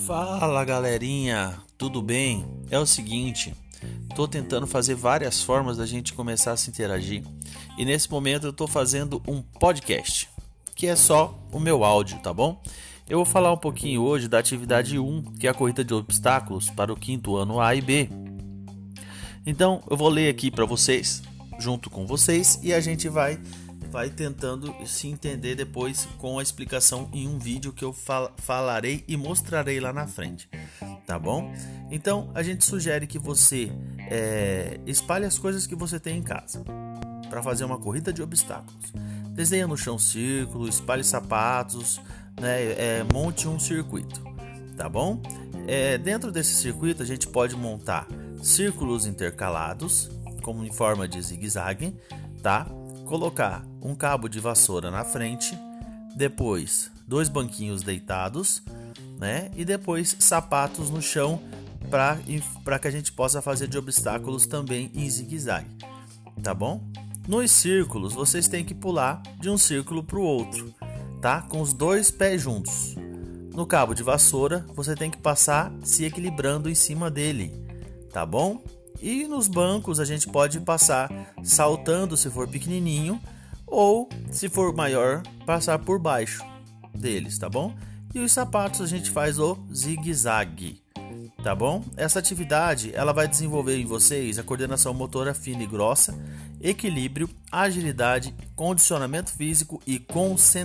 Fala galerinha, tudo bem? É o seguinte, tô tentando fazer várias formas da gente começar a se interagir e nesse momento eu tô fazendo um podcast, que é só o meu áudio, tá bom? Eu vou falar um pouquinho hoje da atividade 1, que é a corrida de obstáculos para o quinto ano A e B. Então eu vou ler aqui para vocês, junto com vocês, e a gente vai tentando se entender depois com a explicação em um vídeo que eu falarei e mostrarei lá na frente, tá bom? Então a gente sugere que você espalhe as coisas que você tem em casa para fazer uma corrida de obstáculos. Desenhe no chão círculo, espalhe sapatos, monte um circuito, tá bom? Dentro desse circuito a gente pode montar círculos intercalados, como em forma de zigue-zague, tá? Colocar um cabo de vassoura na frente, depois 2 banquinhos deitados, e depois sapatos no chão para que a gente possa fazer de obstáculos também em zigue-zague, tá bom? Nos círculos vocês têm que pular de um círculo para o outro, tá? Com os 2 pés juntos. No cabo de vassoura você tem que passar se equilibrando em cima dele, tá bom? E nos bancos a gente pode passar saltando se for pequenininho ou, se for maior, passar por baixo deles, tá bom? E os sapatos a gente faz o zigue-zague, tá bom? Essa atividade ela vai desenvolver em vocês a coordenação motora fina e grossa, equilíbrio, agilidade, condicionamento físico e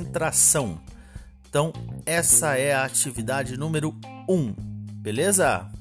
concentração. Então, essa é a atividade número 1, beleza?